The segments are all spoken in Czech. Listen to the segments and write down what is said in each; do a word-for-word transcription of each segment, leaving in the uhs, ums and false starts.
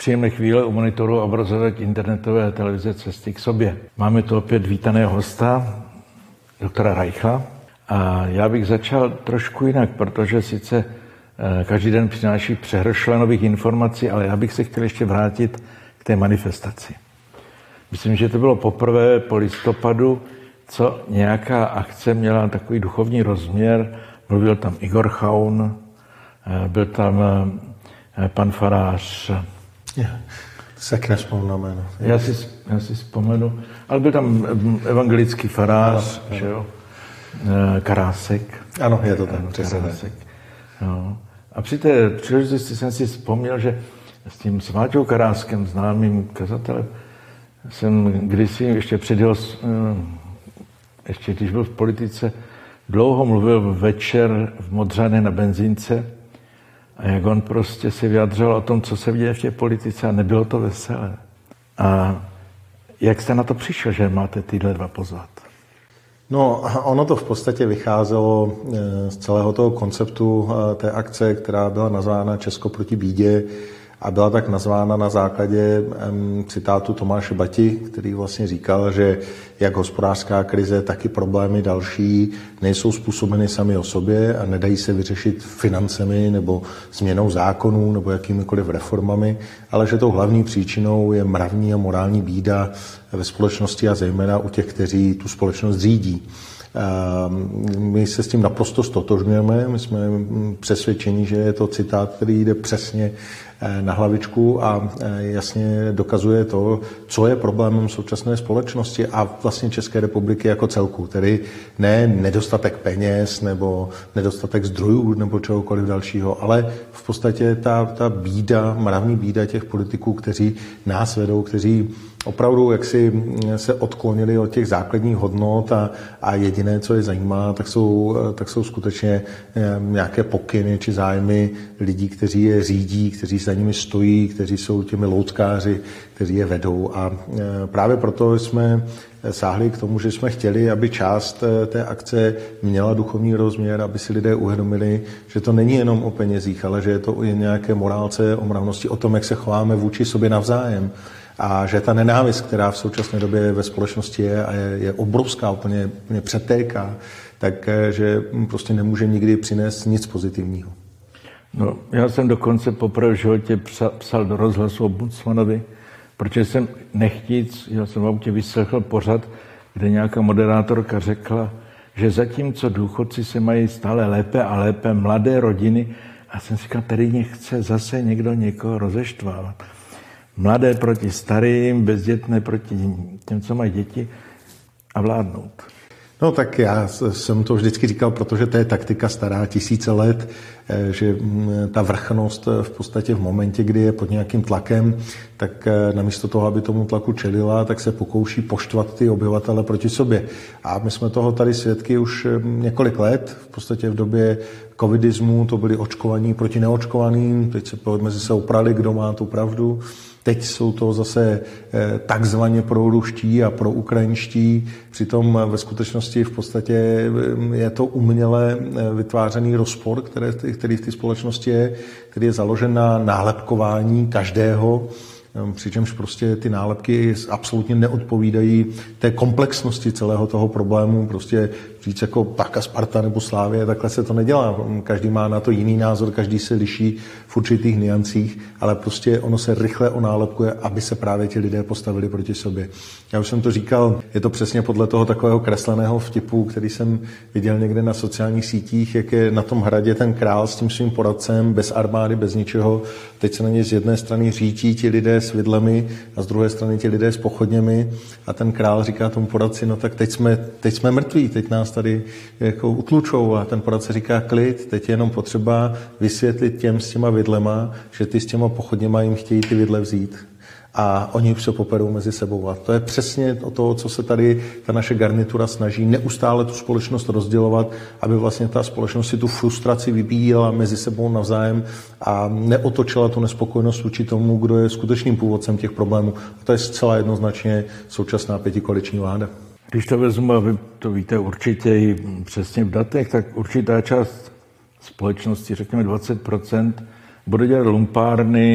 Příjemné chvíle u monitoru a obrazovek internetové televize Cesty k sobě. Máme tu opět vítaného hosta, doktora Reicha. A já bych začal trošku jinak, protože sice každý den přináší přehršle nových informací, ale já bych se chtěl ještě vrátit k té manifestaci. Myslím, že to bylo poprvé po listopadu, co nějaká akce měla takový duchovní rozměr. Mluvil tam Igor Chaun, byl tam pan farář. Já se taky nespomenu na jméno. Já si, já si vzpomenu, ale byl tam evangelický farář, ano, že jo? Karásek. Ano, je to tam, Karásek. No. A při té příležitosti jsem si vzpomněl, že s tím Sváťou Karáskem, známým kazatelem, jsem kdysi ještě před jeho, ještě když byl v politice, dlouho mluvil večer v Modřané na benzínce a jak on prostě si vyjadřoval o tom, co se děje v té politice a nebylo to veselé. A jak jste na to přišel, že máte tyhle dva pozvat? No, ono to v podstatě vycházelo z celého toho konceptu té akce, která byla nazvána Česko proti bídě a byla tak nazvána na základě citátu Tomáše Bati, který vlastně říkal, že jak hospodářská krize, tak i problémy další nejsou způsobeny sami o sobě a nedají se vyřešit financemi nebo změnou zákonů nebo jakýmikoliv reformami, ale že tou hlavní příčinou je mravní a morální bída ve společnosti a zejména u těch, kteří tu společnost řídí. My se s tím naprosto stotožňujeme, my jsme přesvědčeni, že je to citát, který jde přesně na hlavičku a jasně dokazuje to, co je problémem současné společnosti a vlastně České republiky jako celku. Tedy ne nedostatek peněz nebo nedostatek zdrojů nebo čehokoliv dalšího, ale v podstatě ta, ta bída, mravní bída těch politiků, kteří nás vedou, kteří opravdu jaksi se odklonili od těch základních hodnot a, a jediné, co je zajímá, tak jsou, tak jsou skutečně nějaké pokyny či zájmy lidí, kteří je řídí, kteří za nimi stojí, kteří jsou těmi loutkáři, kteří je vedou. A právě proto jsme sáhli k tomu, že jsme chtěli, aby část té akce měla duchovní rozměr, aby si lidé uvědomili, že to není jenom o penězích, ale že je to o nějaké morálce, o mravnosti, o tom, jak se chováme vůči sobě navzájem. A že ta nenávist, která v současné době ve společnosti je a je, je obrovská, úplně, úplně přetéká, takže prostě nemůže nikdy přinést nic pozitivního. No, já jsem dokonce poprvé v životě psal do rozhlasu o Bucmanovi, protože jsem nechtíc, já jsem v autě vyslechl pořad, kde nějaká moderátorka řekla, že zatímco důchodci se mají stále lépe a lépe, mladé rodiny, a jsem si říkal, tady chce zase někdo někoho rozeštvávat. Mladé proti starým, bezdětné proti těm, co mají děti a vládnout. No tak já jsem to vždycky říkal, protože to je taktika stará tisíce let, že ta vrchnost v podstatě v momentě, kdy je pod nějakým tlakem, tak namísto toho, aby tomu tlaku čelila, tak se pokouší poštvat ty obyvatele proti sobě. A my jsme toho tady svědky už několik let, v podstatě v době covidismu to byli očkovaní proti neočkovaným, teď se mezi se oprali, kdo má tu pravdu. Teď jsou to zase takzvaně proruští a proukrajinští, přitom ve skutečnosti v podstatě je to uměle vytvářený rozpor, který, který v té společnosti je, který je založen na nálepkování každého, přičemž prostě ty nálepky absolutně neodpovídají té komplexnosti celého toho problému. Prostě říct jako Parka Sparta nebo Slávie, takhle se to nedělá. Každý má na to jiný názor, každý se liší v určitých niancích, ale prostě ono se rychle onálepkuje, aby se právě ti lidé postavili proti sobě. Já už jsem to říkal, je to přesně podle toho takového kresleného vtipu, který jsem viděl někde na sociálních sítích, jak je na tom hradě ten král s tím svým poradcem, bez armády, bez ničeho. Teď se na ně z jedné strany řítí ti lidé s vidlemi a z druhé strany ti lidé s pochodněmi a ten král říká tomu poradci, no tak teď jsme, teď jsme mrtví, teď nás tady jako utlučou a ten poradce říká klid, teď je jenom potřeba vysvětlit těm s těma vidlema, že ty s těma pochodněma jim chtějí ty vidle vzít. A oni už se poperou mezi sebou. A to je přesně o to, co se tady ta naše garnitura snaží, neustále tu společnost rozdělovat, aby vlastně ta společnost si tu frustraci vybíjela mezi sebou navzájem a neotočila tu nespokojenost vůči tomu, kdo je skutečným původcem těch problémů. A to je zcela jednoznačně současná pětikoaliční vláda. Když to vezmu, a vy to víte určitě i přesně v datech, tak určitá část společnosti, řekněme dvacet procent, bude dělat lumpárny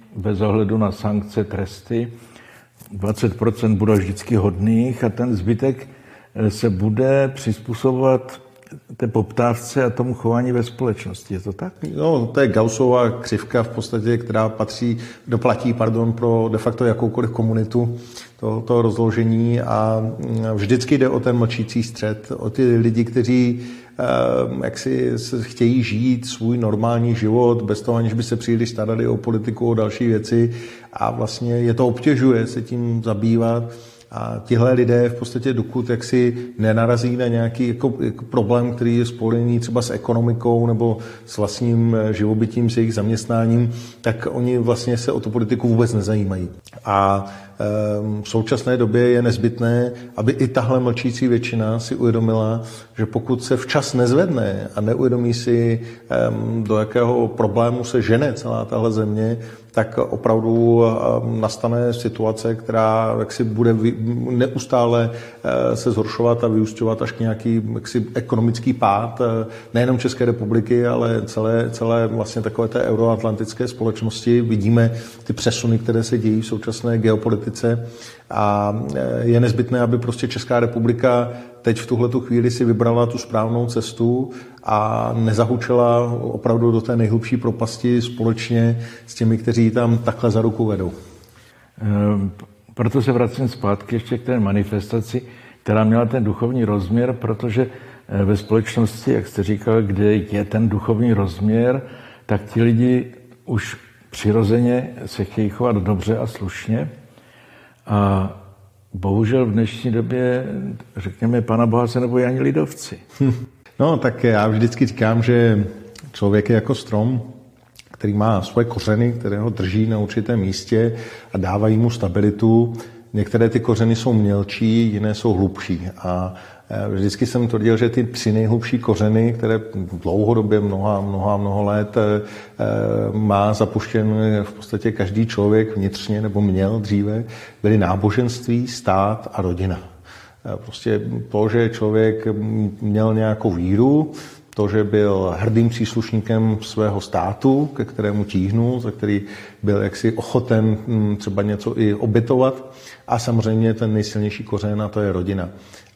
bez ohledu na sankce, tresty. dvacet procent bude vždycky hodných a ten zbytek se bude přizpůsobovat té poptávce a tomu chování ve společnosti. Je to tak? No, to je Gaussova křivka v podstatě, která patří, doplatí, pardon, pro de facto jakoukoliv komunitu toho, toho rozložení a vždycky jde o ten mlčící střed, o ty lidi, kteří jak si chtějí žít svůj normální život bez toho, aniž by se příliš starali o politiku, o další věci a vlastně je to obtěžuje se tím zabývat. A tihle lidé v podstatě, dokud jaksi nenarazí na nějaký jako, jako problém, který je spojený třeba s ekonomikou nebo s vlastním živobytím, s jejich zaměstnáním, tak oni vlastně se o tu politiku vůbec nezajímají. A e, v současné době je nezbytné, aby i tahle mlčící většina si uvědomila, že pokud se včas nezvedne a neuvědomí si, e, do jakého problému se žene celá tahle země, tak opravdu nastane situace, která jaksi bude neustále se zhoršovat a vyúsťovat až k nějaký jaksi ekonomický pád nejenom České republiky, ale celé, celé vlastně takové té euroatlantické společnosti. Vidíme ty přesuny, které se dějí v současné geopolitice a je nezbytné, aby prostě Česká republika teď v tuhletu chvíli si vybrala tu správnou cestu a nezahučela opravdu do té nejhlubší propasti společně s těmi, kteří tam takhle za ruku vedou. Proto se vracím zpátky ještě k té manifestaci, která měla ten duchovní rozměr, protože ve společnosti, jak jste říkal, kde je ten duchovní rozměr, tak ti lidi už přirozeně se chtějí chovat dobře a slušně. A bohužel v dnešní době, řekněme, Pana Boha se nebojí ani lidovci. No, tak já vždycky říkám, že člověk je jako strom, který má svoje kořeny, které ho drží na určitém místě a dávají mu stabilitu. Některé ty kořeny jsou mělčí, jiné jsou hlubší. A vždycky jsem tvrdil, že ty tři nejhlubší kořeny, které dlouhodobě mnoha, mnoha, mnoho let má zapuštěn v podstatě každý člověk vnitřně, nebo měl dříve, byly náboženství, stát a rodina. Prostě to, že člověk měl nějakou víru, to, že byl hrdým příslušníkem svého státu, ke kterému tíhnul, za který byl jaksi ochoten třeba něco i obětovat, a samozřejmě ten nejsilnější kořen, a to je rodina.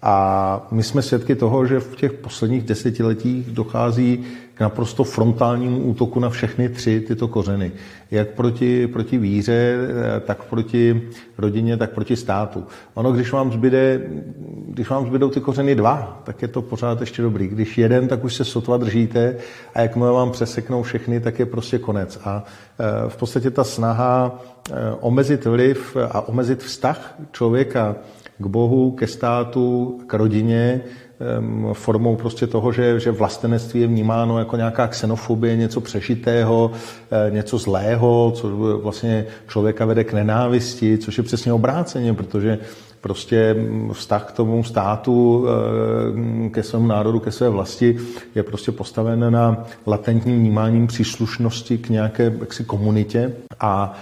A my jsme svědky toho, že v těch posledních desetiletích dochází k naprosto frontálnímu útoku na všechny tři tyto kořeny. Jak proti, proti víře, tak proti rodině, tak proti státu. Ono, když vám zbyde, když vám zbydou ty kořeny dva, tak je to pořád ještě dobrý. Když jeden, tak už se sotva držíte a jakmile vám přeseknou všechny, tak je prostě konec. A v podstatě ta snaha omezit vliv a omezit vztah člověka k Bohu, ke státu, k rodině, formou prostě toho, že, že vlastenectví je vnímáno jako nějaká xenofobie, něco přežitého, něco zlého, co vlastně člověka vede k nenávisti, což je přesně obráceně, protože prostě vztah k tomu státu, ke svému národu, ke své vlasti je prostě postaven na latentním vnímáním příslušnosti k nějaké jaksi komunitě a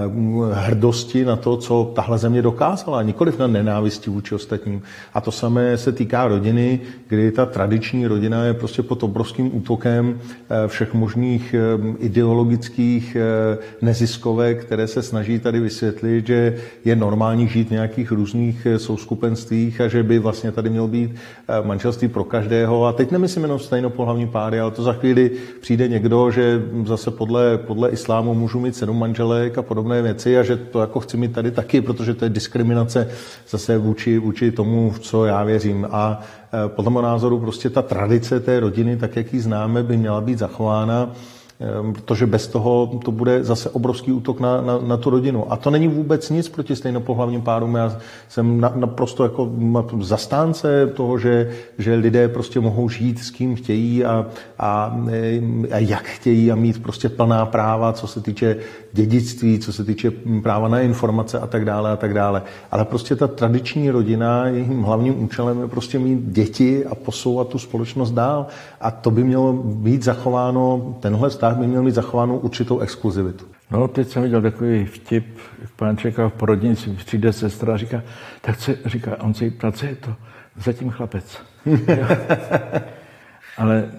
hrdosti na to, co tahle země dokázala, nikoliv na nenávisti vůči ostatním. A to samé se týká rodiny, kdy ta tradiční rodina je prostě pod obrovským útokem všech možných ideologických neziskovek, které se snaží tady vysvětlit, že je normální žít v nějakých různých souskupenstvích a že by vlastně tady mělo být manželství pro každého. A teď nemyslím jenom stejnopohlavní páry, ale to za chvíli přijde někdo, že zase podle, podle islámu můžu mít sedm manželek a podobné věci a že to jako chci mít tady taky, protože to je diskriminace zase vůči, vůči tomu, v co já věřím. A podle mého názoru prostě ta tradice té rodiny, tak jak ji známe, by měla být zachována, protože bez toho to bude zase obrovský útok na, na, na tu rodinu. A to není vůbec nic proti stejnopohlavním párům. Já jsem na, naprosto jako zastánce toho, že, že lidé prostě mohou žít s kým chtějí a, a, a jak chtějí a mít prostě plná práva, co se týče dědictví, co se týče práva na informace a tak dále a tak dále. Ale prostě ta tradiční rodina, jejím hlavním účelem je prostě mít děti a posouvat tu společnost dál. A to by mělo být zachováno, tenhle vztah by měl mít zachovánou určitou exkluzivitu. No, teď jsem viděl takový vtip, jak pán čeká v porodnici, přijde sestra a říká, tak co, říká, on se jí ptá, co je to? Zatím chlapec. Ale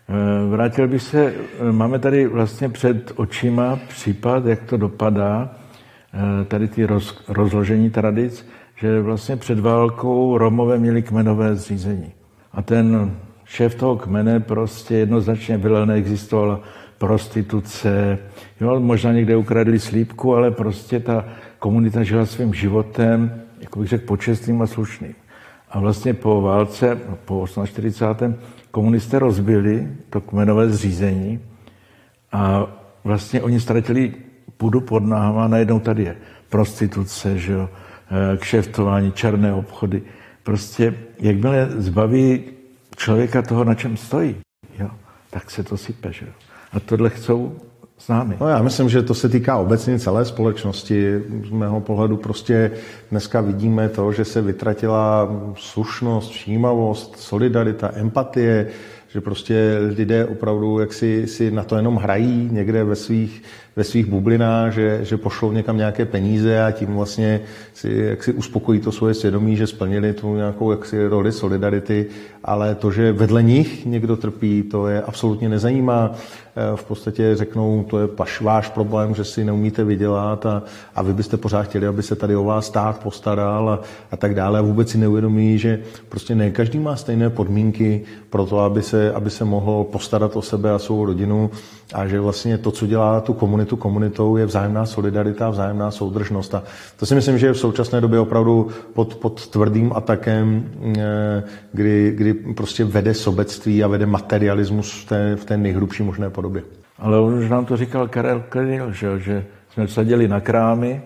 Vrátil bych se, máme tady vlastně před očima případ, jak to dopadá, tady ty roz, rozložení tradic, že vlastně před válkou Romové měli kmenové zřízení. A ten šéf toho kmene prostě jednoznačně vylel, neexistovala prostituce, jo, možná někde ukradli slípku, ale prostě ta komunita žila svým životem, jako bych řekl, počestným a slušným. A vlastně po válce, po čtyřicátém osmém komunisté rozbili to kmenové zřízení a vlastně oni ztratili půdu pod náhama a najednou tady je prostituce, že jo, kšeftování, černé obchody. Prostě jakmile zbaví člověka toho, na čem stojí, jo, tak se to sype, že jo. A tohle chcou s námi. No já myslím, že to se týká obecně celé společnosti. Z mého pohledu prostě dneska vidíme to, že se vytratila slušnost, všímavost, solidarita, empatie, že prostě lidé opravdu jak si, si na to jenom hrají někde ve svých, ve svých bublinách, že, že pošlou někam nějaké peníze a tím vlastně si, jak si uspokojí to svoje svědomí, že splnili tu nějakou jaksi roli solidarity, ale to, že vedle nich někdo trpí, to je absolutně nezajímá. V podstatě řeknou, to je paš, váš problém, že si neumíte vydělat a, a vy byste pořád chtěli, aby se tady o vás stát postaral a, a tak dále. A vůbec si neuvědomí, že prostě ne každý má stejné podmínky pro to, aby se, aby se mohl postarat o sebe a svou rodinu a že vlastně to, co dělá tu komunitu komunitou, je vzájemná solidarita, vzájemná soudržnost. A to si myslím, že je v současné době opravdu pod, pod tvrdým atakem, kdy, kdy prostě vede sobectví a vede materialismus v té, v té nejhrubší možné podobě. Ale už nám to říkal Karel Kryl, že, že jsme vsadili na krámy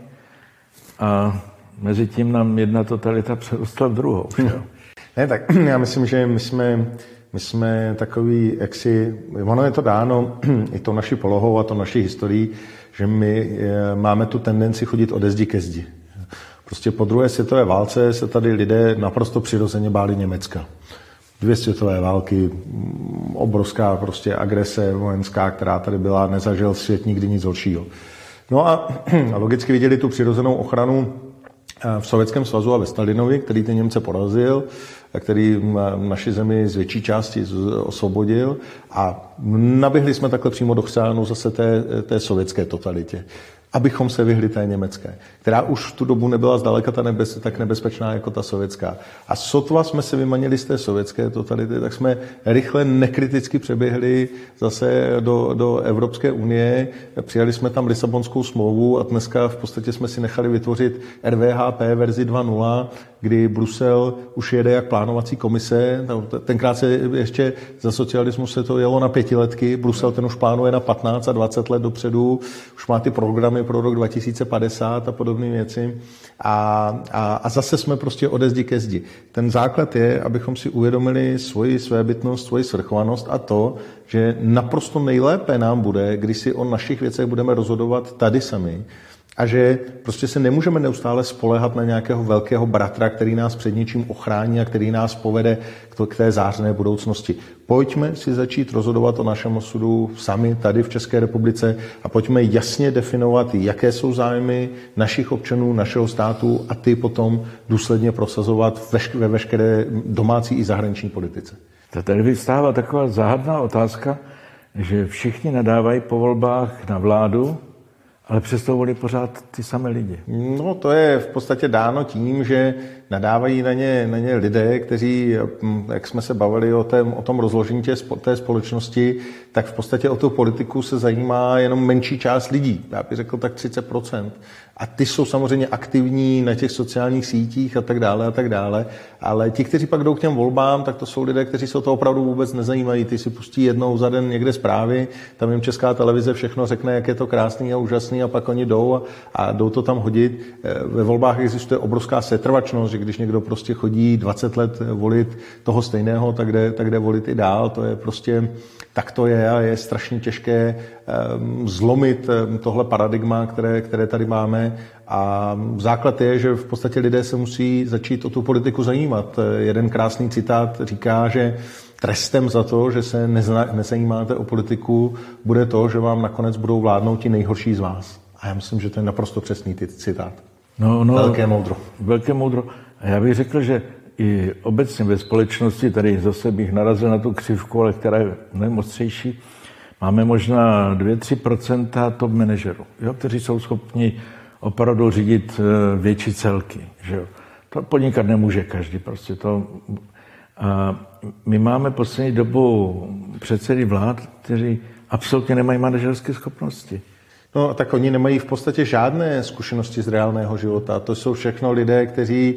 a mezi tím nám jedna totalita přerostla v druhou. Že? Ne, tak já myslím, že my jsme, my jsme takový, jaksi, ono je to dáno i to naší polohou a to naší historií, že my máme tu tendenci chodit ode zdi ke zdi. Prostě po druhé světové válce se tady lidé naprosto přirozeně báli Německa. Dvě světové války, obrovská prostě agrese vojenská, která tady byla, nezažil svět nikdy nic horšího. No a logicky viděli tu přirozenou ochranu v Sovětském svazu a ve Stalinovi, který ty Němce porazil, který naši zemi z větší části osvobodil a naběhli jsme takhle přímo do chřánu zase té, té sovětské totalitě, abychom se vyhli té německé, která už v tu dobu nebyla zdaleka ta nebez, tak nebezpečná jako ta sovětská. A sotva jsme se vymanili z té sovětské totality, tak jsme rychle nekriticky přeběhli zase do, do Evropské unie, přijali jsme tam Lisabonskou smlouvu a dneska v podstatě jsme si nechali vytvořit R V H P verzi dva tečka nula, kdy Brusel už jede jak plánovací komise. Tenkrát se ještě za socialismu se to jelo na pětiletky, Brusel ten už plánuje na patnáct a dvacet let dopředu, už má ty programy pro rok dva tisíce padesát a podobné věci. A, a, a zase jsme prostě ode zdi ke zdi. Ten základ je, abychom si uvědomili svoji svébytnost, svoji svrchovanost a to, že naprosto nejlépe nám bude, když si o našich věcech budeme rozhodovat tady sami. A že prostě se nemůžeme neustále spoléhat na nějakého velkého bratra, který nás před něčím ochrání a který nás povede k té zářné budoucnosti. Pojďme si začít rozhodovat o našem osudu sami tady v České republice a pojďme jasně definovat, jaké jsou zájmy našich občanů, našeho státu a ty potom důsledně prosazovat ve veškeré domácí i zahraniční politice. Tady vystává taková záhadná otázka, že všichni nadávají po volbách na vládu, ale přesto volí pořád ty samé lidi. No to je v podstatě dáno tím, že nadávají na ně, na ně lidé, kteří, jak jsme se bavili o, tém, o tom rozložení té, té společnosti, tak v podstatě o tu politiku se zajímá jenom menší část lidí. Já bych řekl tak třicet procent. A ty jsou samozřejmě aktivní na těch sociálních sítích a tak dále a tak dále. Ale ti, kteří pak jdou k těm volbám, tak to jsou lidé, kteří se o to opravdu vůbec nezajímají. Ty si pustí jednou za den někde zprávy, tam jim Česká televize všechno řekne, jak je to krásný a úžasný a pak oni jdou a, a jdou to tam hodit. Ve volbách existuje obrovská setrvačnost, že když někdo prostě chodí dvacet let volit toho stejného, tak jde, tak jde volit i dál. To je prostě, tak to je a je strašně těžké um, zlomit um, tohle paradigma, které, které tady máme. A základ je, že v podstatě lidé se musí začít o tu politiku zajímat. Jeden krásný citát říká, že trestem za to, že se nezna, nezajímáte o politiku, bude to, že vám nakonec budou vládnout ti nejhorší z vás. A já myslím, že to je naprosto přesný citát. No, no, velké moudro. Velké moudro. A já bych řekl, že i obecně ve společnosti, tady zase bych narazil na tu křivku, ale která je mnohem ostřejší, máme možná dvě tři procenta top manažerů, jo, kteří jsou schopni opravdu řídit větší celky. Že jo. To podnikat nemůže každý. Prostě to. A my máme poslední dobu předsedy vlád, kteří absolutně nemají manažerské schopnosti. No tak oni nemají v podstatě žádné zkušenosti z reálného života. To jsou všechno lidé, kteří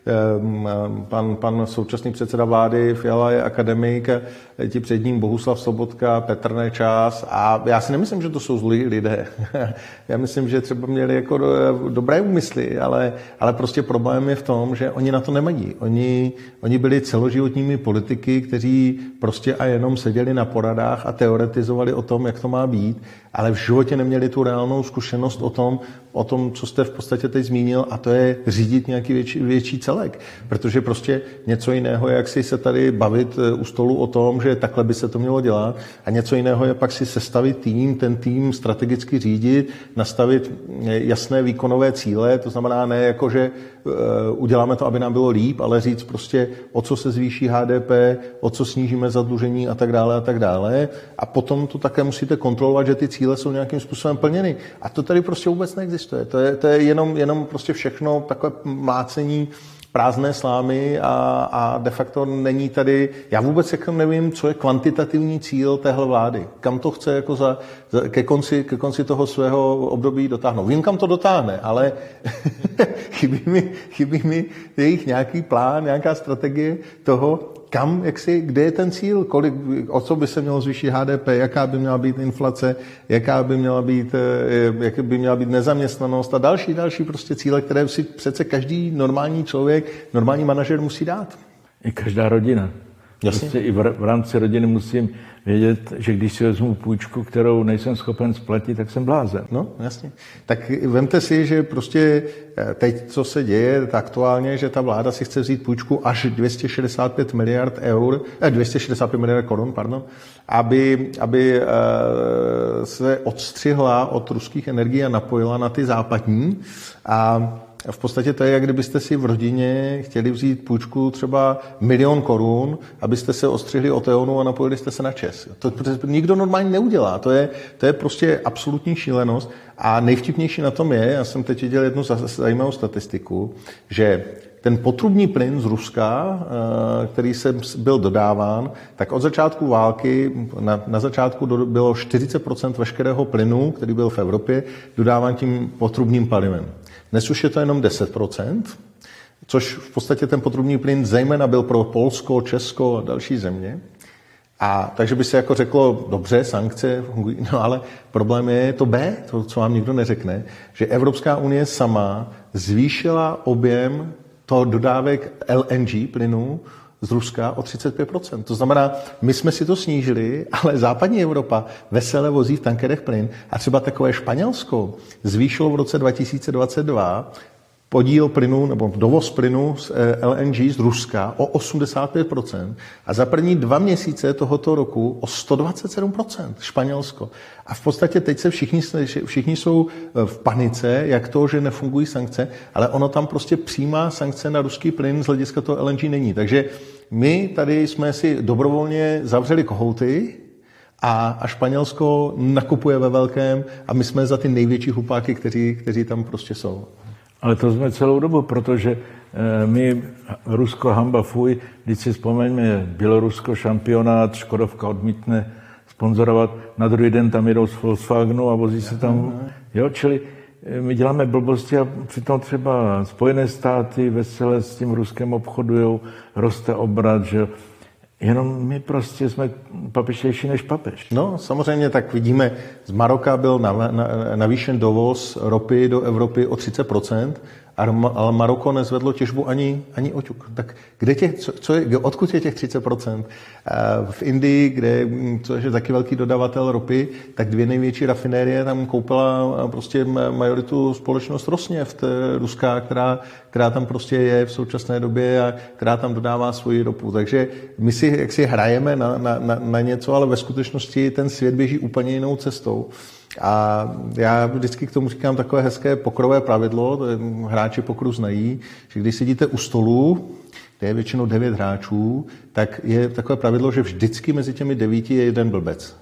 Pan, pan současný předseda vlády Fiala je akademik, ti před ním Bohuslav Sobotka, Petr Nečas a já si nemyslím, že to jsou zlí lidé. Já myslím, že třeba měli jako dobré úmysly, ale, ale prostě problém je v tom, že oni na to nemají. Oni, oni byli celoživotními politiky, kteří prostě a jenom seděli na poradách a teoretizovali o tom, jak to má být, ale v životě neměli tu reálnou zkušenost o tom, o tom, co jste v podstatě teď zmínil, a to je řídit nějaký větší, větší celek. Protože prostě něco jiného je, jak si se tady bavit u stolu o tom, že takhle by se to mělo dělat, a něco jiného je pak si sestavit tým, ten tým strategicky řídit, nastavit jasné výkonové cíle, to znamená ne jako, že uděláme to, aby nám bylo líp, ale říct prostě, o co se zvýší H D P, o co snížíme zadlužení a tak dále a tak dále. A potom to také musíte kontrolovat, že ty cíle jsou nějakým způsobem plněny. A to tady prostě vůbec neexistuje. To je, to je jenom, jenom prostě všechno takové mlácení prázdné slámy a, a de facto není tady, já vůbec jako nevím, co je kvantitativní cíl téhle vlády. Kam to chce jako za, za, ke, konci, ke konci toho svého období dotáhnout. Vím, kam to dotáhne, ale chybí, mi, chybí mi jejich nějaký plán, nějaká strategie toho, kam, jak si, kde je ten cíl, kolik, o co by se mělo zvýšit H D P, jaká by měla být inflace, jaká by měla být, jak by měla být nezaměstnanost a další, další prostě cíle, které si přece každý normální člověk, normální manažer musí dát. I každá rodina. Jasně. Prostě i v rámci rodiny musím vědět, že když si vezmu půjčku, kterou nejsem schopen splatit, tak jsem blázen. No, jasně. Tak vemte si, že prostě teď, co se děje aktuálně, že ta vláda si chce vzít půjčku až dvě stě šedesát pět miliard eur, eh, dvě stě šedesát pět miliard korun, pardon, aby, aby eh, se odstřihla od ruských energií a napojila na ty západní. A v podstatě to je, jak kdybyste si v rodině chtěli vzít půjčku třeba milion korun, abyste se ostřihli od EONu a napojili jste se na ČEZ. To nikdo normálně neudělá. To je, to je prostě absolutní šílenost. A nejvtipnější na tom je, já jsem teď viděl jednu zajímavou statistiku, že ten potrubní plyn z Ruska, který se byl dodáván, tak od začátku války, na, na začátku bylo čtyřicet procent veškerého plynu, který byl v Evropě, dodáván tím potrubním palivem. Dnes už je to jenom deset procent, což v podstatě ten potrubní plyn zejména byl pro Polsko, Česko a další země. A takže by se jako řeklo, dobře, sankce fungují, no ale problém je to B, to, co vám nikdo neřekne, že Evropská unie sama zvýšila objem toho dodávek L N G plynu z Ruska o třicet pět procent. To znamená, my jsme si to snížili, ale západní Evropa vesele vozí v tankerech plyn a třeba takové Španělsko zvýšilo v roce dva tisíce dvacet dva podíl plynu nebo dovoz plynu z L N G z Ruska o osmdesát pět procent a za první dva měsíce tohoto roku o sto dvacet sedm procent Španělsko. A v podstatě teď se všichni, všichni jsou v panice, jak to, že nefungují sankce, ale ono tam prostě přímá sankce na ruský plyn z hlediska toho L N G není. Takže my tady jsme si dobrovolně zavřeli kohouty a, a Španělsko nakupuje ve velkém a my jsme za ty největší hlupáky, kteří, kteří tam prostě jsou. Ale to jsme celou dobu, protože my, Rusko, hamba, fuj, když si vzpomeňme, Bělorusko, šampionát, Škodovka odmítne sponzorovat, na druhý den tam jedou z Volkswagenu a vozí se tam, jo, čili my děláme blbosti a přitom třeba Spojené státy vesele s tím Ruskem obchodujou, roste obrat, že jenom my prostě jsme papištější než papež. No, samozřejmě tak vidíme, z Maroka byl navýšen dovoz ropy do Evropy o třicet procent, ale Maroko nezvedlo těžbu ani, ani oťuk. Tak kde těch, co, co je, odkud je těch třicet procent? V Indii, kde, což je taky velký dodavatel ropy, tak dvě největší rafinérie tam koupila prostě majoritu společnost Rosneft, ruská, která, která tam prostě je v současné době a která tam dodává svoji ropu. Takže my si jak si hrajeme na, na, na, na něco, ale ve skutečnosti ten svět běží úplně jinou cestou. A já vždycky k tomu říkám takové hezké pokrové pravidlo, to je, hráči pokru znají, že když sedíte u stolu, kde je většinou devět hráčů, tak je takové pravidlo, že vždycky mezi těmi devíti je jeden blbec.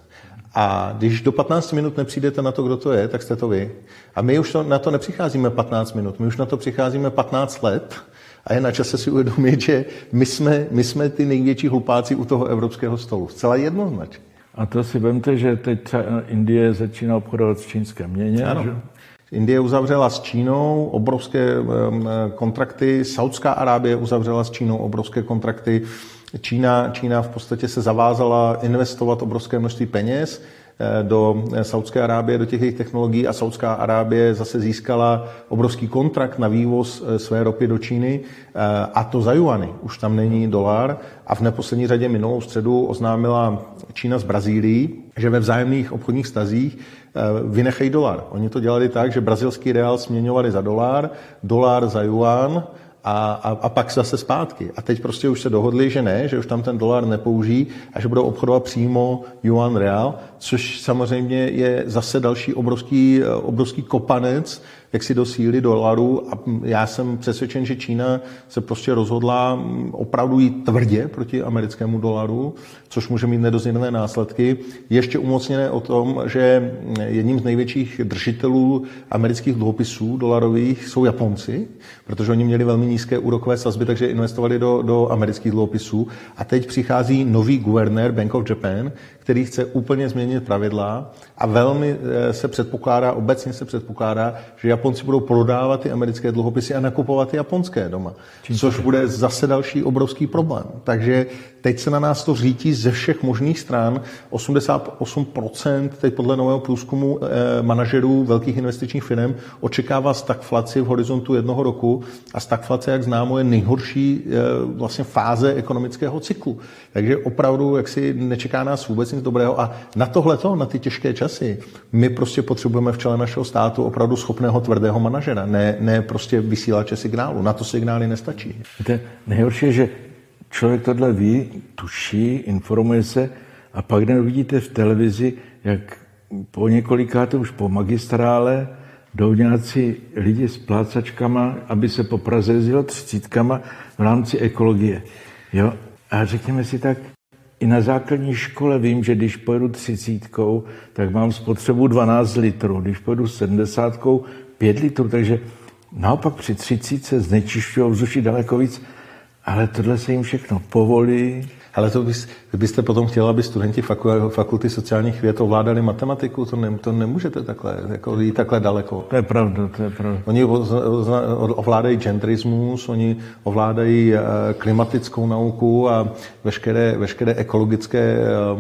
A když do patnácti minut nepřijdete na to, kdo to je, tak jste to vy. A my už to, na to nepřicházíme patnáct minut, my už na to přicházíme patnáct let a je na čase si uvědomit, že my jsme, my jsme ty největší hlupáci u toho evropského stolu. Zcela jednoznačně. A to si vemte, že teď Indie začíná obchodovat s čínské měně. Ano. Že? Indie uzavřela s Čínou obrovské kontrakty, Saudská Arábie uzavřela s Čínou obrovské kontrakty. Čína, Čína v podstatě se zavázala investovat obrovské množství peněz do Saudské Arábie, do těch jejich technologií a Saudská Arábie zase získala obrovský kontrakt na vývoz své ropy do Číny a to za juany. Už tam není dolar a v neposlední řadě minulou středu oznámila Čína s Brazílií, že ve vzájemných obchodních vztazích vynechají dolar. Oni to dělali tak, že brazilský reál směňovali za dolar, dolar za juan, A, a, a pak zase zpátky. A teď prostě už se dohodli, že ne, že už tam ten dolar nepoužijí a že budou obchodovat přímo yuan real, což samozřejmě je zase další obrovský, obrovský kopanec, jak si do síly dolaru. A já jsem přesvědčen, že Čína se prostě rozhodla opravdu jít tvrdě proti americkému dolaru, což může mít nedozírné následky. Ještě umocněné o tom, že jedním z největších držitelů amerických dluhopisů dolarových jsou Japonci, protože oni měli velmi nízké úrokové sazby, takže investovali do, do amerických dluhopisů. A teď přichází nový guvernér Bank of Japan, který chce úplně změnit pravidla a velmi se předpokládá, obecně se předpokládá, že Japonci budou prodávat ty americké dluhopisy a nakupovat ty japonské doma, Čím což bude zase další obrovský problém. Takže teď se na nás to řítí ze všech možných stran. osmdesát osm procent teď podle nového průzkumu eh, manažerů velkých investičních firm očekává stagflaci v horizontu jednoho roku a stagflace, jak známo, je nejhorší eh, vlastně fáze ekonomického cyklu. Takže opravdu jaksi nečeká nás vůbec nic dobrého a na tohleto, na ty těžké časy, my prostě potřebujeme v čele našeho státu opravdu schopného tvrdého manažera, ne, ne prostě vysílače signálu. Na to signály nestačí. Víte, nejhorší je, že člověk tohle ví, tuší, informuje se a pak nevidíte v televizi, jak po několikátu už po magistrále jdou nějací lidi s plácačkama, aby se po Praze jezdilo třicítkama v rámci ekologie. Jo? A řekněme si tak, i na základní škole vím, že když pojedu třicítkou, tak mám spotřebu dvanáct litrů, když pojedu sedmdesátkou pět litrů, takže naopak při třicítce znečišťují vzduší daleko víc, ale tohle se jim všechno povolí. Ale to bys, byste potom chtěla, aby studenti fakulty sociálních věd ovládali matematiku? To, ne, to nemůžete takhle, jako jít takhle daleko. To je pravda, to je pravda. Oni ovládají genderismus, oni ovládají klimatickou nauku a veškeré, veškeré ekologické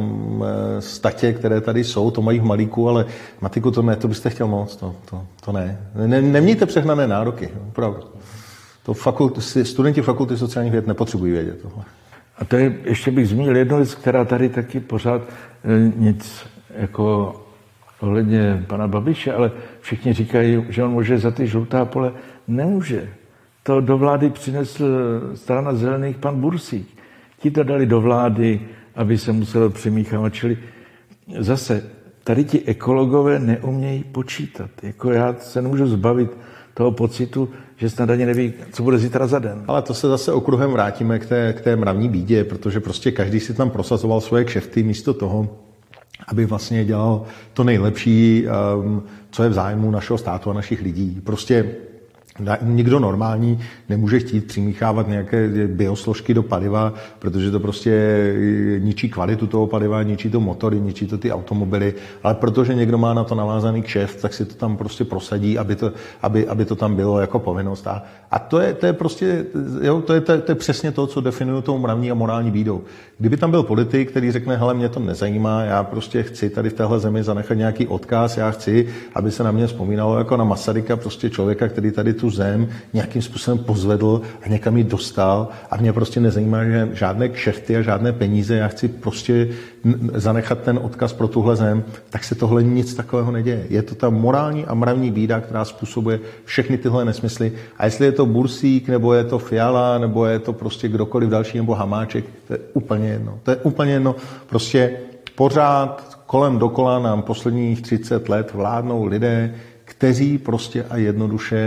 statě, které tady jsou, to mají v malíku, ale matiku to ne, to byste chtěl moc, to, to, to ne. ne. Nemějte přehnané nároky, opravdu. To fakult, studenti fakulty sociálních věd nepotřebují vědět tohle. A to je, ještě bych zmínil jednu věc, která tady taky pořád e, nic jako ohledně pana Babiše, ale všichni říkají, že on může za ty žlutá pole. Nemůže. To do vlády přinesl strana zelených pan Bursík. Ti to dali do vlády, aby se muselo přimíchávat. Čili zase, tady ti ekologové neumějí počítat. Jako já se nemůžu zbavit toho pocitu, že snad ani neví, co bude zítra za den. Ale to se zase okruhem vrátíme k té, k té mravní bídě, protože prostě každý si tam prosazoval svoje kšefty místo toho, aby vlastně dělal to nejlepší, co je v zájmu našeho státu a našich lidí. Prostě nikdo normální nemůže chtít přimíchávat nějaké biosložky do paliva, protože to prostě ničí kvalitu toho paliva, ničí to motory, ničí to ty automobily, ale protože někdo má na to navázaný kšeft, tak si to tam prostě prosadí, aby to, aby, aby to tam bylo jako povinnost. A, a to, je, to je prostě, jo, to, je, to, je, to je přesně to, co definuje tou mravní a morální bídou. Kdyby tam byl politik, který řekne, hele, mě to nezajímá, já prostě chci tady v téhle zemi zanechat nějaký odkaz, já chci, aby se na mě vzpomínalo jako na Masaryka, prostě člověka, který tady tu zem nějakým způsobem pozvedl a někam ji dostal a mě prostě nezajímá, že žádné kšefty a žádné peníze, já chci prostě zanechat ten odkaz pro tuhle zem, tak se tohle nic takového neděje. Je to ta morální a mravní bída, která způsobuje všechny tyhle nesmysly. A jestli je to Bursík, nebo je to Fiala, nebo je to prostě kdokoliv další, nebo Hamáček, to je úplně jedno. To je úplně jedno. Prostě pořád kolem dokola nám posledních třicet let vládnou lidé, kteří prostě a jednoduše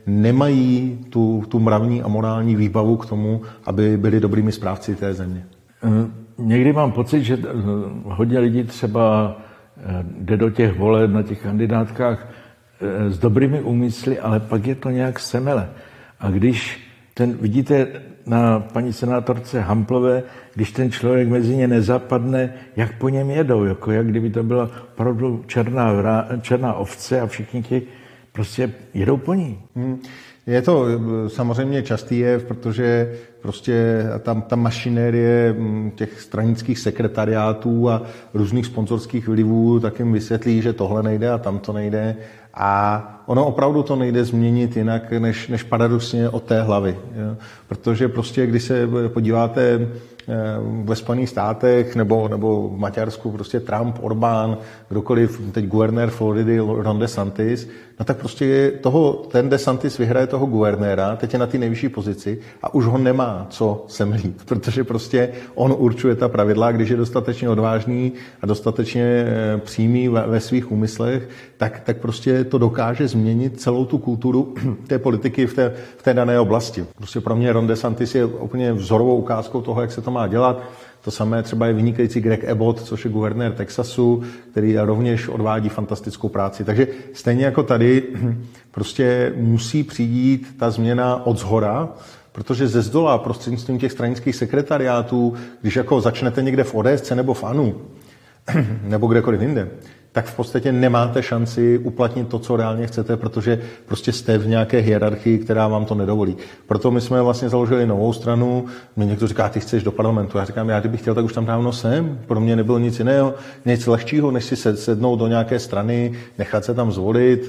nemají tu, tu mravní a morální výbavu k tomu, aby byli dobrými správci té země. Někdy mám pocit, že hodně lidí třeba jde do těch voleb na těch kandidátkách s dobrými úmysly, ale pak je to nějak semele. A když ten, vidíte na paní senátorce Hamplové, když ten člověk mezi ně nezapadne, jak po něm jedou, jako jak kdyby to byla opravdu černá, černá ovce a všichni ti prostě jedou po ní. Hmm. Je to samozřejmě častý jev, protože prostě tam ta mašinérie těch stranických sekretariátů a různých sponzorských vlivů tak jim vysvětlí, že tohle nejde a tam to nejde. A ono opravdu to nejde změnit jinak, než, než paradoxně od té hlavy. Jo? Protože prostě, když se podíváte ve Spojených státech nebo, nebo v Maďarsku, prostě Trump, Orbán, kdokoliv, teď guvernér Floridy, Ron DeSantis, no tak prostě toho, ten DeSantis vyhraje toho guvernéra, teď je na té nejvyšší pozici a už ho nemá co semlít, protože prostě on určuje ta pravidla, když je dostatečně odvážný a dostatečně přímý ve, ve svých úmyslech, tak, tak prostě to dokáže změnit celou tu kulturu té politiky v té, v té dané oblasti. Prostě pro mě Ron DeSantis je úplně vzorovou ukázkou toho, jak se to má dělat. To samé třeba je vynikající Greg Abbott, což je guvernér Texasu, který rovněž odvádí fantastickou práci. Takže stejně jako tady prostě musí přijít ta změna od zhora, protože ze zdola prostřednictvím těch stranických sekretariátů, když jako začnete někde v O D S nebo v ANO, nebo kdekoliv jinde, tak v podstatě nemáte šanci uplatnit to, co reálně chcete, protože prostě jste v nějaké hierarchii, která vám to nedovolí. Proto my jsme vlastně založili novou stranu. Mě někdo říká, ty chceš do parlamentu. Já říkám, já kdybych chtěl, tak už tam dávno jsem. Pro mě nebylo nic jiného, nic lehčího, než si sednout do nějaké strany, nechat se tam zvolit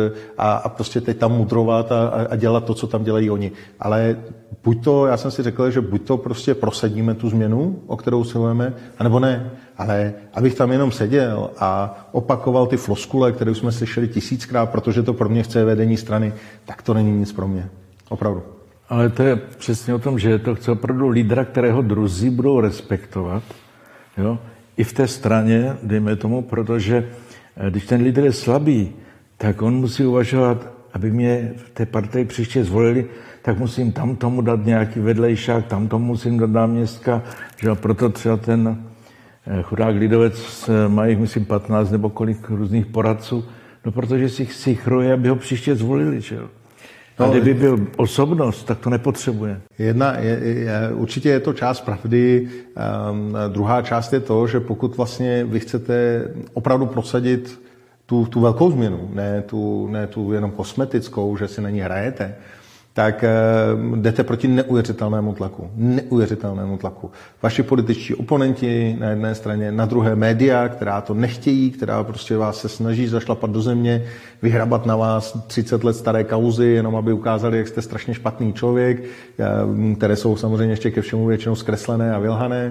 a, a prostě teď tam mudrovat a, a dělat to, co tam dělají oni. Ale buď to, já jsem si řekl, že buď to prostě prosadíme tu změnu, o kterou usilujeme, anebo ne. Ale abych tam jenom seděl a opakoval ty floskule, které jsme slyšeli tisíckrát, protože to pro mě chce vedení strany, tak to není nic pro mě. Opravdu. Ale to je přesně o tom, že to chce opravdu lídra, kterého druzí budou respektovat. Jo? I v té straně, dejme tomu, protože když ten lídr je slabý, tak on musí uvažovat, aby mě v té partii příště zvolili, tak musím tam tomu dát nějaký vedlejšák, tam tomu musím dát náměstka, že proto třeba ten chudák lidovec má jich, myslím, patnáct nebo kolik různých poradců, no protože si si chruje, aby ho příště zvolili, že jo. A no, kdyby byl osobnost, tak to nepotřebuje. Jedna, je, je, určitě je to část pravdy. Um, druhá část je to, že pokud vlastně vy chcete opravdu prosadit tu, tu velkou změnu, ne tu, ne tu jenom kosmetickou, že si na ní hrajete, tak jdete proti neuvěřitelnému tlaku. Neuvěřitelnému tlaku. Vaši političtí oponenti na jedné straně, na druhé média, která to nechtějí, která prostě vás se snaží zašlapat do země, vyhrabat na vás třicet let staré kauzy, jenom aby ukázali, jak jste strašně špatný člověk, které jsou samozřejmě ještě ke všemu většinou zkreslené a vylhané.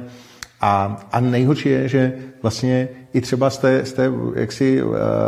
A, a nejhorší je, že vlastně i třeba z té, z té jaksi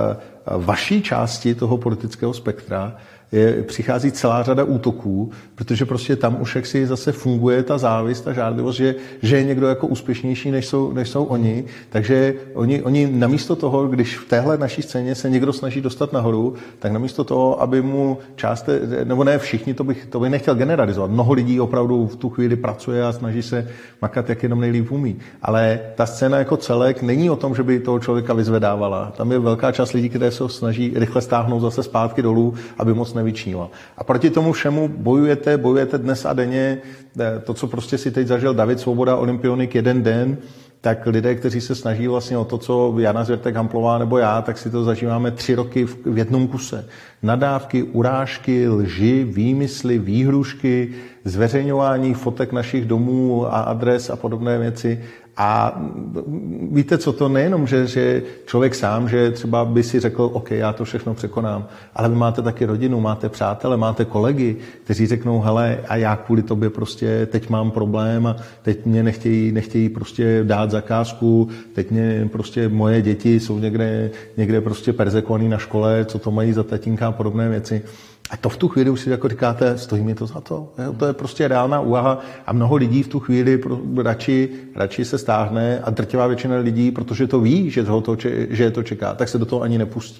vaší části toho politického spektra je, přichází celá řada útoků, protože prostě tam už jaksi zase funguje ta závist, ta žádlivost, že, že je někdo jako úspěšnější, než jsou, než jsou oni. Takže oni, oni namísto toho, když v téhle naší scéně se někdo snaží dostat nahoru, tak namísto toho, aby mu část, nebo ne všichni, to bych, to bych nechtěl generalizovat. Mnoho lidí opravdu v tu chvíli pracuje a snaží se makat, jak jenom nejlíp umí. Ale ta scéna jako celek není o tom, že by toho člověka vyzvedávala. Tam je velká část lidí, které se snaží rychle stáhnout zase zpátky dolů, aby moc nevyčnila. A proti tomu všemu bojujete, bojujete dnes a denně. To, co prostě si teď zažil David Svoboda, olympionik jeden den, tak lidé, kteří se snaží vlastně o to, co Jana Zvěrtek Hamplová nebo já, tak si to zažíváme tři roky v, v jednom kuse. Nadávky, urážky, lži, výmysly, výhrušky, zveřejňování fotek našich domů a adres a podobné věci. A víte co, to nejenom, že, že člověk sám, že třeba by si řekl, OK, já to všechno překonám, ale vy máte taky rodinu, máte přátele, máte kolegy, kteří řeknou, hele, a já kvůli tobě prostě teď mám problém a teď mě nechtějí, nechtějí prostě dát zakázku, teď mě prostě moje děti jsou někde, někde prostě perzekovaný na škole, co to mají za tatínka a podobné věci. A to v tu chvíli už si jako říkáte, stojí mi to za to? To je prostě reálná úvaha a mnoho lidí v tu chvíli radši, radši se stáhne a drtivá většina lidí, protože to ví, že, to, že je to čeká, tak se do toho ani nepustí.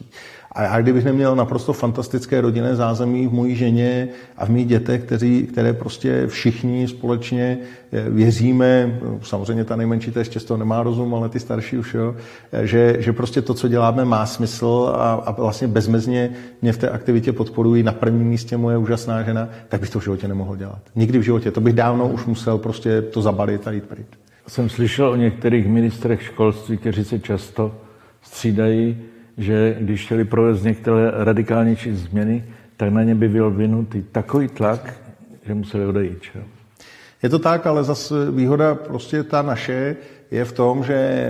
A já kdybych neměl naprosto fantastické rodinné zázemí v mojí ženě a v mých dětech, kteří, které prostě všichni společně věříme, samozřejmě ta nejmenší to ještě z toho nemá rozum, ale ty starší už, jo, že, že prostě to, co děláme, má smysl a, a vlastně bezmezně mě v té aktivitě podporují, na prvním místě moje úžasná žena, tak bych to v životě nemohl dělat. Nikdy v životě. To bych dávno už musel prostě to zabalit a jít pryč. Jsem slyšel o některých ministrech školství, kteří se často střídají, že když chtěli provést některé radikálnější změny, tak na ně by byl vynutý takový tlak, že museli odejít. Čo? Je to tak, ale zase výhoda prostě ta naše je v tom, že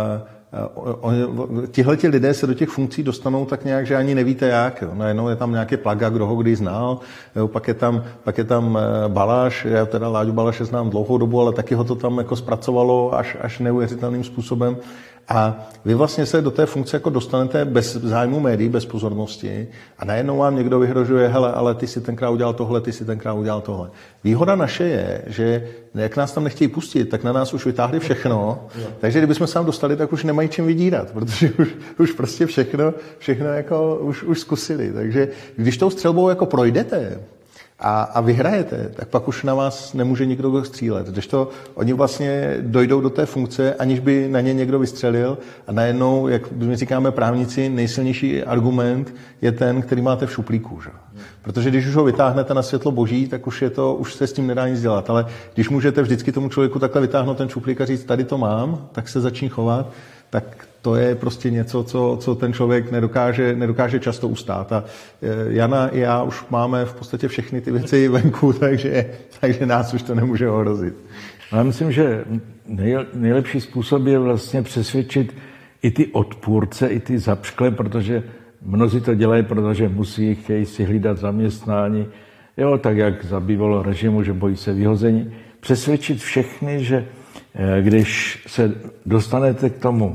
tihleti lidé se do těch funkcí dostanou tak nějak, že ani nevíte jak. Jo. Najednou je tam nějaký Plaga, kdo ho kdy znal, jo. Pak, je tam, pak je tam Balaš, já teda Láďu Balaše znám dlouhou dobu, ale taky ho to tam jako zpracovalo až, až neuvěřitelným způsobem. A vy vlastně se do té funkce jako dostanete bez zájmu médií, bez pozornosti a najednou vám někdo vyhrožuje, hele, ale ty si tenkrát udělal tohle, ty si tenkrát udělal tohle. Výhoda naše je, že jak nás tam nechtějí pustit, tak na nás už vytáhli všechno, takže kdybychom se tam dostali, tak už nemají čím vydírat, protože už, už prostě všechno, všechno jako už, už zkusili. Takže když tou střelbou jako projdete, A, a vyhrajete, tak pak už na vás nemůže nikdo střílet. Když to oni vlastně dojdou do té funkce, aniž by na ně někdo vystřelil a najednou, jak my říkáme právníci, nejsilnější argument je ten, který máte v šuplíku. Že? Protože když už ho vytáhnete na světlo boží, tak už, je to, už se s tím nedá nic dělat. Ale když můžete vždycky tomu člověku takhle vytáhnout ten šuplík a říct, tady to mám, tak se začni chovat, tak to je prostě něco, co, co ten člověk nedokáže, nedokáže často ustát. A Jana i já už máme v podstatě všechny ty věci venku, takže, takže nás už to nemůže ohrozit. Já myslím, že nejlepší způsob je vlastně přesvědčit i ty odpůrce, i ty zapšklé, protože mnozí to dělají, protože musí, chtějí si hlídat zaměstnání. Jo, tak jak za bývalého režimu, že bojí se vyhození. Přesvědčit všechny, že když se dostanete k tomu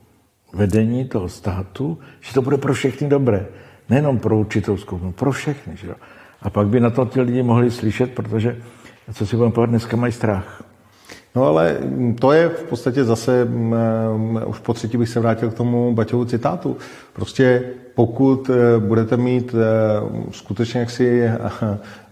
vedení toho státu, že to bude pro všechny dobré. Nejenom pro určitou skupinu, pro všechny. Že? A pak by na to ti lidi mohli slyšet, protože, co si budeme povedat, dneska mají strach. No ale to je v podstatě zase, um, už po třetí bych se vrátil k tomu Baťovu citátu. Prostě pokud budete mít uh, skutečně jaksi uh,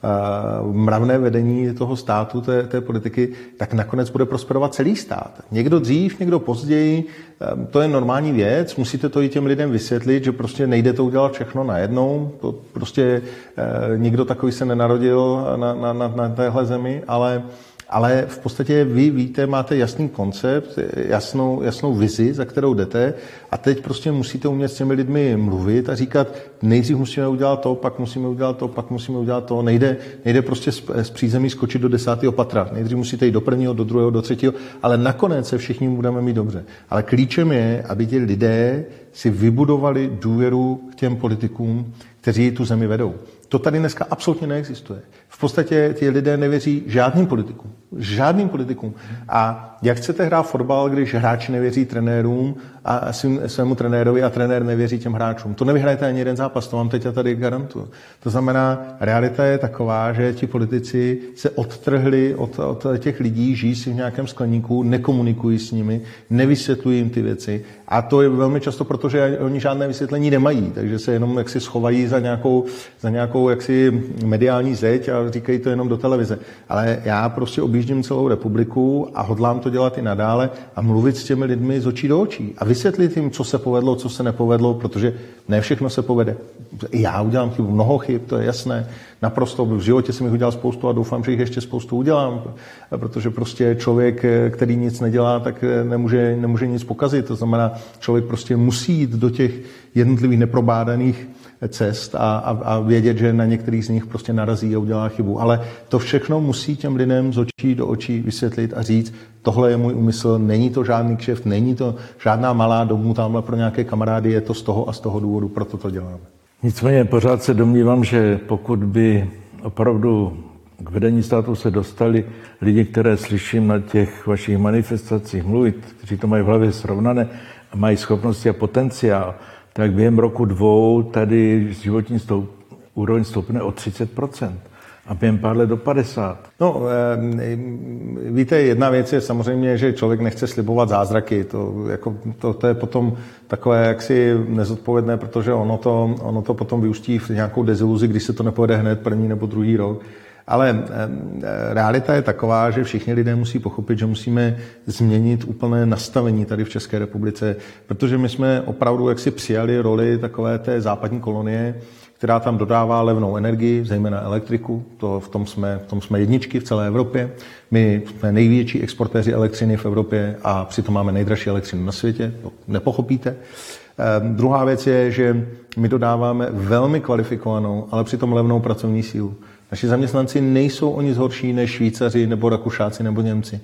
uh, mravné vedení toho státu, té, té politiky, tak nakonec bude prosperovat celý stát. Někdo dřív, někdo později, um, to je normální věc, musíte to i těm lidem vysvětlit, že prostě nejde to udělat všechno najednou, to prostě uh, nikdo takový se nenarodil na, na, na, na téhle zemi, ale Ale v podstatě vy víte, máte jasný koncept, jasnou, jasnou vizi, za kterou jdete a teď prostě musíte umět s těmi lidmi mluvit a říkat, nejdřív musíme udělat to, pak musíme udělat to, pak musíme udělat to. Nejde, nejde prostě z, z přízemí skočit do desátého patra. Nejdřív musíte jít do prvního, do druhého, do třetího, ale nakonec se všichni budeme mít dobře. Ale klíčem je, aby ti lidé si vybudovali důvěru k těm politikům, kteří tu zemi vedou. To tady dneska absolutně neexistuje. V podstatě ti lidé nevěří žádným politikům. Žádným politikům. A jak chcete hrát fotbal, když hráči nevěří trenérům a svým, svému trenérovi a trenér nevěří těm hráčům? To nevyhrajete ani jeden zápas, to vám teď a tady garantuju. To znamená, realita je taková, že ti politici se odtrhli od, od těch lidí, žijí si v nějakém skleníku, nekomunikují s nimi, nevysvětlují jim ty věci. A to je velmi často proto, že oni žádné vysvětlení nemají, takže se jenom jaksi schovají za nějakou, za nějakou jaksi mediální zeď a říkají to jenom do televize. Ale já prostě objíždím celou republiku a hodlám to dělat i nadále a mluvit s těmi lidmi z očí do očí a vysvětlit jim, co se povedlo, co se nepovedlo, protože ne všechno se povede. I já udělám chybu, mnoho chyb, to je jasné. Naprosto v životě jsem jich udělal spoustu a doufám, že jich ještě spoustu udělám, protože prostě člověk, který nic nedělá, tak nemůže, nemůže nic pokazit. To znamená, člověk prostě musí jít do těch jednotlivých neprobádaných cest a, a, a vědět, že na některých z nich prostě narazí a udělá chybu. Ale to všechno musí těm lidem z očí do očí vysvětlit a říct, tohle je můj úmysl, není to žádný kšeft, není to žádná malá domů tamhle pro nějaké kamarády, je to z toho a z toho důvodu, proto to děláme. Nicméně pořád se domnívám, že pokud by opravdu k vedení státu se dostali lidi, které slyším na těch vašich manifestacích mluvit, kteří to mají v hlavě srovnané a mají schopnosti a potenciál, tak během roku dvou tady životní stoup, úroveň stoupne o třicet procent. a během pár let do padesát. No, víte, jedna věc je samozřejmě, že člověk nechce slibovat zázraky. To, jako, to, to je potom takové jaksi nezodpovědné, protože ono to, ono to potom vyústí v nějakou deziluzi, když se to nepovede hned první nebo druhý rok. Ale realita je taková, že všichni lidé musí pochopit, že musíme změnit úplné nastavení tady v České republice, protože my jsme opravdu jaksi přijali roli takové té západní kolonie, která tam dodává levnou energii, zejména elektriku. To v tom jsme, v tom jsme jedničky v celé Evropě. My jsme největší exportéři elektřiny v Evropě a přitom máme nejdražší elektřinu na světě. To nepochopíte. Ehm, druhá věc je, že my dodáváme velmi kvalifikovanou, ale přitom levnou pracovní sílu. Naši zaměstnanci nejsou o nic horší než Švýcaři nebo Rakušáci nebo Němci.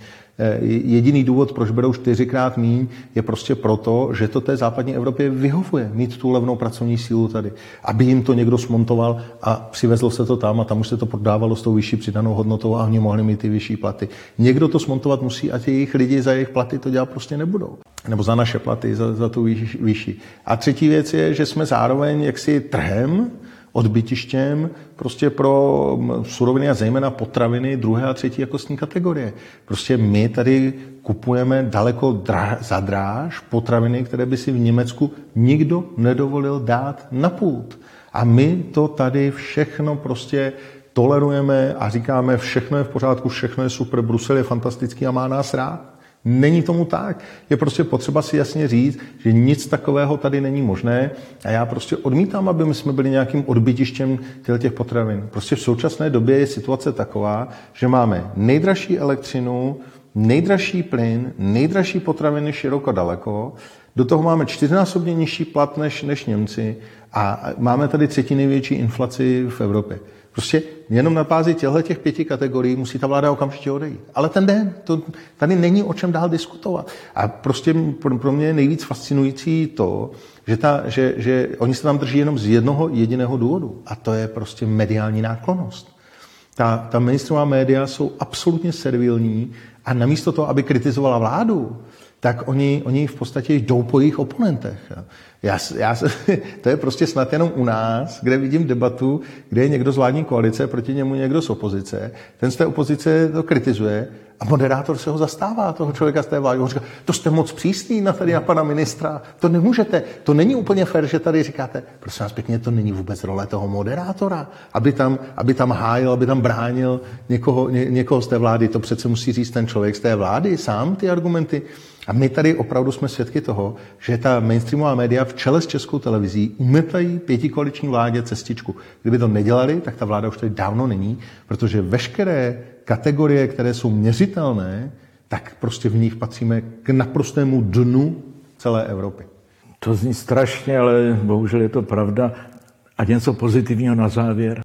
Jediný důvod, proč berou čtyřikrát míň, je prostě proto, že to té západní Evropě vyhovuje mít tu levnou pracovní sílu tady. Aby jim to někdo smontoval a přivezl se to tam a tam už se to prodávalo s tou vyšší přidanou hodnotou a oni mohli mít ty vyšší platy. Někdo to smontovat musí a ti jejich lidi za jejich platy to dělat prostě nebudou. Nebo za naše platy, za, za tu vyšší. A třetí věc je, že jsme zároveň jaksi trhem, odbytištěm prostě pro suroviny a zejména potraviny druhé a třetí jakostní kategorie. Prostě my tady kupujeme daleko drá, za dráž potraviny, které by si v Německu nikdo nedovolil dát na pult. A my to tady všechno prostě tolerujeme a říkáme, všechno je v pořádku, všechno je super, Brusel je fantastický a má nás rád. Není tomu tak. Je prostě potřeba si jasně říct, že nic takového tady není možné a já prostě odmítám, aby my jsme byli nějakým odbytištěm těch potravin. Prostě v současné době je situace taková, že máme nejdražší elektřinu, nejdražší plyn, nejdražší potraviny široko daleko, do toho máme čtyřnásobně nižší plat než, než Němci a máme tady třetí největší inflaci v Evropě. Prostě jenom na bázi těchto těch pěti kategorií musí ta vláda okamžitě odejít. Ale ten den, to, tady není o čem dál diskutovat. A prostě pro mě je nejvíc fascinující to, že, ta, že, že oni se tam drží jenom z jednoho jediného důvodu. A to je prostě mediální náklonnost. Ta, ta mainstreamová média jsou absolutně servilní a namísto toho, aby kritizovala vládu, tak oni, oni v podstatě jdou po jejich oponentech. Já, já, to je prostě snad jenom u nás, kde vidím debatu, kde je někdo z vládní koalice, proti němu někdo z opozice. Ten z té opozice to kritizuje a moderátor se ho zastává, toho člověka z té vlády. On říká, to jste moc přísný na tady na pana ministra, to nemůžete, to není úplně fér, že tady říkáte, prosím vás pěkně, to není vůbec role toho moderátora, aby tam, aby tam hájil, aby tam bránil někoho, ně, někoho z té vlády. To přece musí říct ten člověk z té vlády, sám ty argumenty. A my tady opravdu jsme svědky toho, že ta mainstreamová média v čele s Českou televizí umetají pětikoaliční vládě cestičku. Kdyby to nedělali, tak ta vláda už tady dávno není, protože veškeré kategorie, které jsou měřitelné, tak prostě v nich patříme k naprostému dnu celé Evropy. To zní strašně, ale bohužel je to pravda. A něco pozitivního na závěr?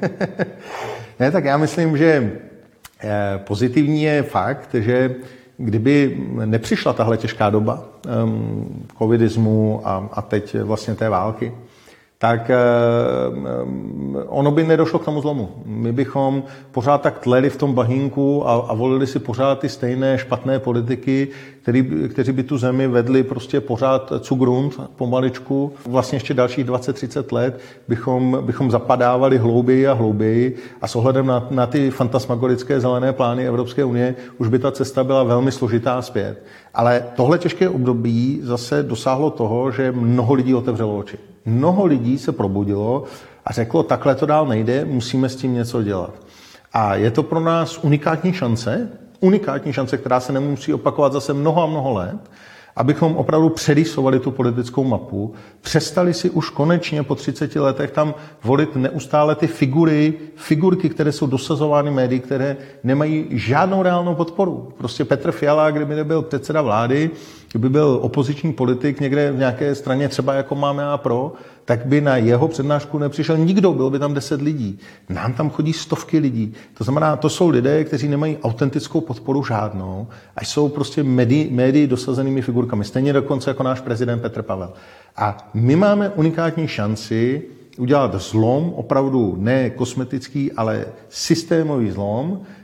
Ne, tak já myslím, že pozitivní je fakt, že kdyby nepřišla tahle těžká doba um, covidismu a, a teď vlastně té války, tak um, ono by nedošlo k tomu zlomu. My bychom pořád tak tleli v tom bahínku a, a volili si pořád ty stejné špatné politiky, který, kteří by tu zemi vedli prostě pořád zu Grund pomaličku. Vlastně ještě dalších dvacet třicet let bychom, bychom zapadávali hlouběji a hlouběji a s ohledem na, na ty fantasmagorické zelené plány Evropské unie už by ta cesta byla velmi složitá zpět. Ale tohle těžké období zase dosáhlo toho, že mnoho lidí otevřelo oči. Mnoho lidí se probudilo a řeklo, takhle to dál nejde, musíme s tím něco dělat. A je to pro nás unikátní šance, unikátní šance, která se nemusí opakovat zase mnoho a mnoho let, abychom opravdu přerýsovali tu politickou mapu, přestali si už konečně po třiceti letech tam volit neustále ty figury, figurky, které jsou dosazovány médií, které nemají žádnou reálnou podporu. Prostě Petr Fiala, kdyby nebyl předseda vlády, kdyby byl opoziční politik někde v nějaké straně, třeba jako máme a pro, tak by na jeho přednášku nepřišel nikdo, bylo by tam deset lidí. Nám tam chodí stovky lidí. To znamená, to jsou lidé, kteří nemají autentickou podporu žádnou a jsou prostě médii, médii dosazenými figurkami. Stejně dokonce jako náš prezident Petr Pavel. A my máme unikátní šanci udělat zlom, opravdu ne kosmetický, ale systémový zlom,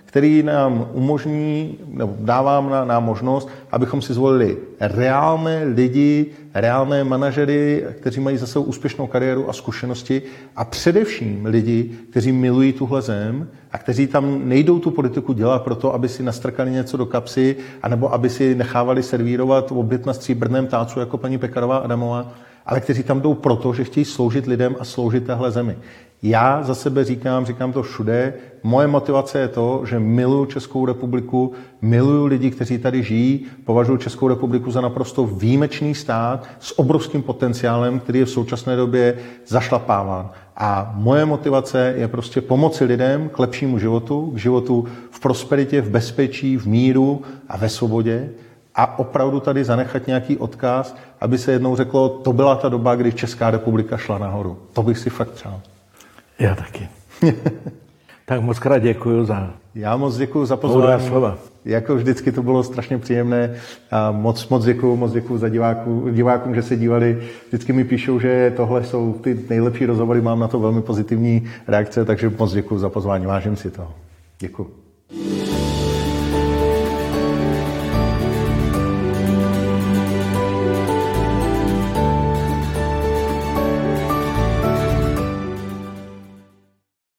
který nám umožní, nebo dává nám možnost, abychom si zvolili reálné lidi, reálné manažery, kteří mají za sebou úspěšnou kariéru a zkušenosti a především lidi, kteří milují tuhle zem a kteří tam nejdou tu politiku dělat proto, aby si nastrkali něco do kapsy anebo aby si nechávali servírovat oběd na stříbrném tácu jako paní Pekarová Adamová, ale kteří tam jdou proto, že chtějí sloužit lidem a sloužit téhle zemi. Já za sebe říkám, říkám to všude, moje motivace je to, že miluju Českou republiku, miluju lidi, kteří tady žijí, považuji Českou republiku za naprosto výjimečný stát s obrovským potenciálem, který je v současné době zašlapáván. A moje motivace je prostě pomoci lidem k lepšímu životu, k životu v prosperitě, v bezpečí, v míru a ve svobodě. A opravdu tady zanechat nějaký odkaz, aby se jednou řeklo, to byla ta doba, kdy Česká republika šla nahoru. To bych si fakt přál. Já taky. Tak moc krát děkuju za... Já moc děkuju za pozvání. Slova. Jako vždycky to bylo strašně příjemné. A moc, moc děkuju, moc děkuju za diváků, divákům, že se dívali. Vždycky mi píšou, že tohle jsou ty nejlepší rozhovory, mám na to velmi pozitivní reakce, takže moc děkuju za pozvání. Vážím si toho. Děkuju.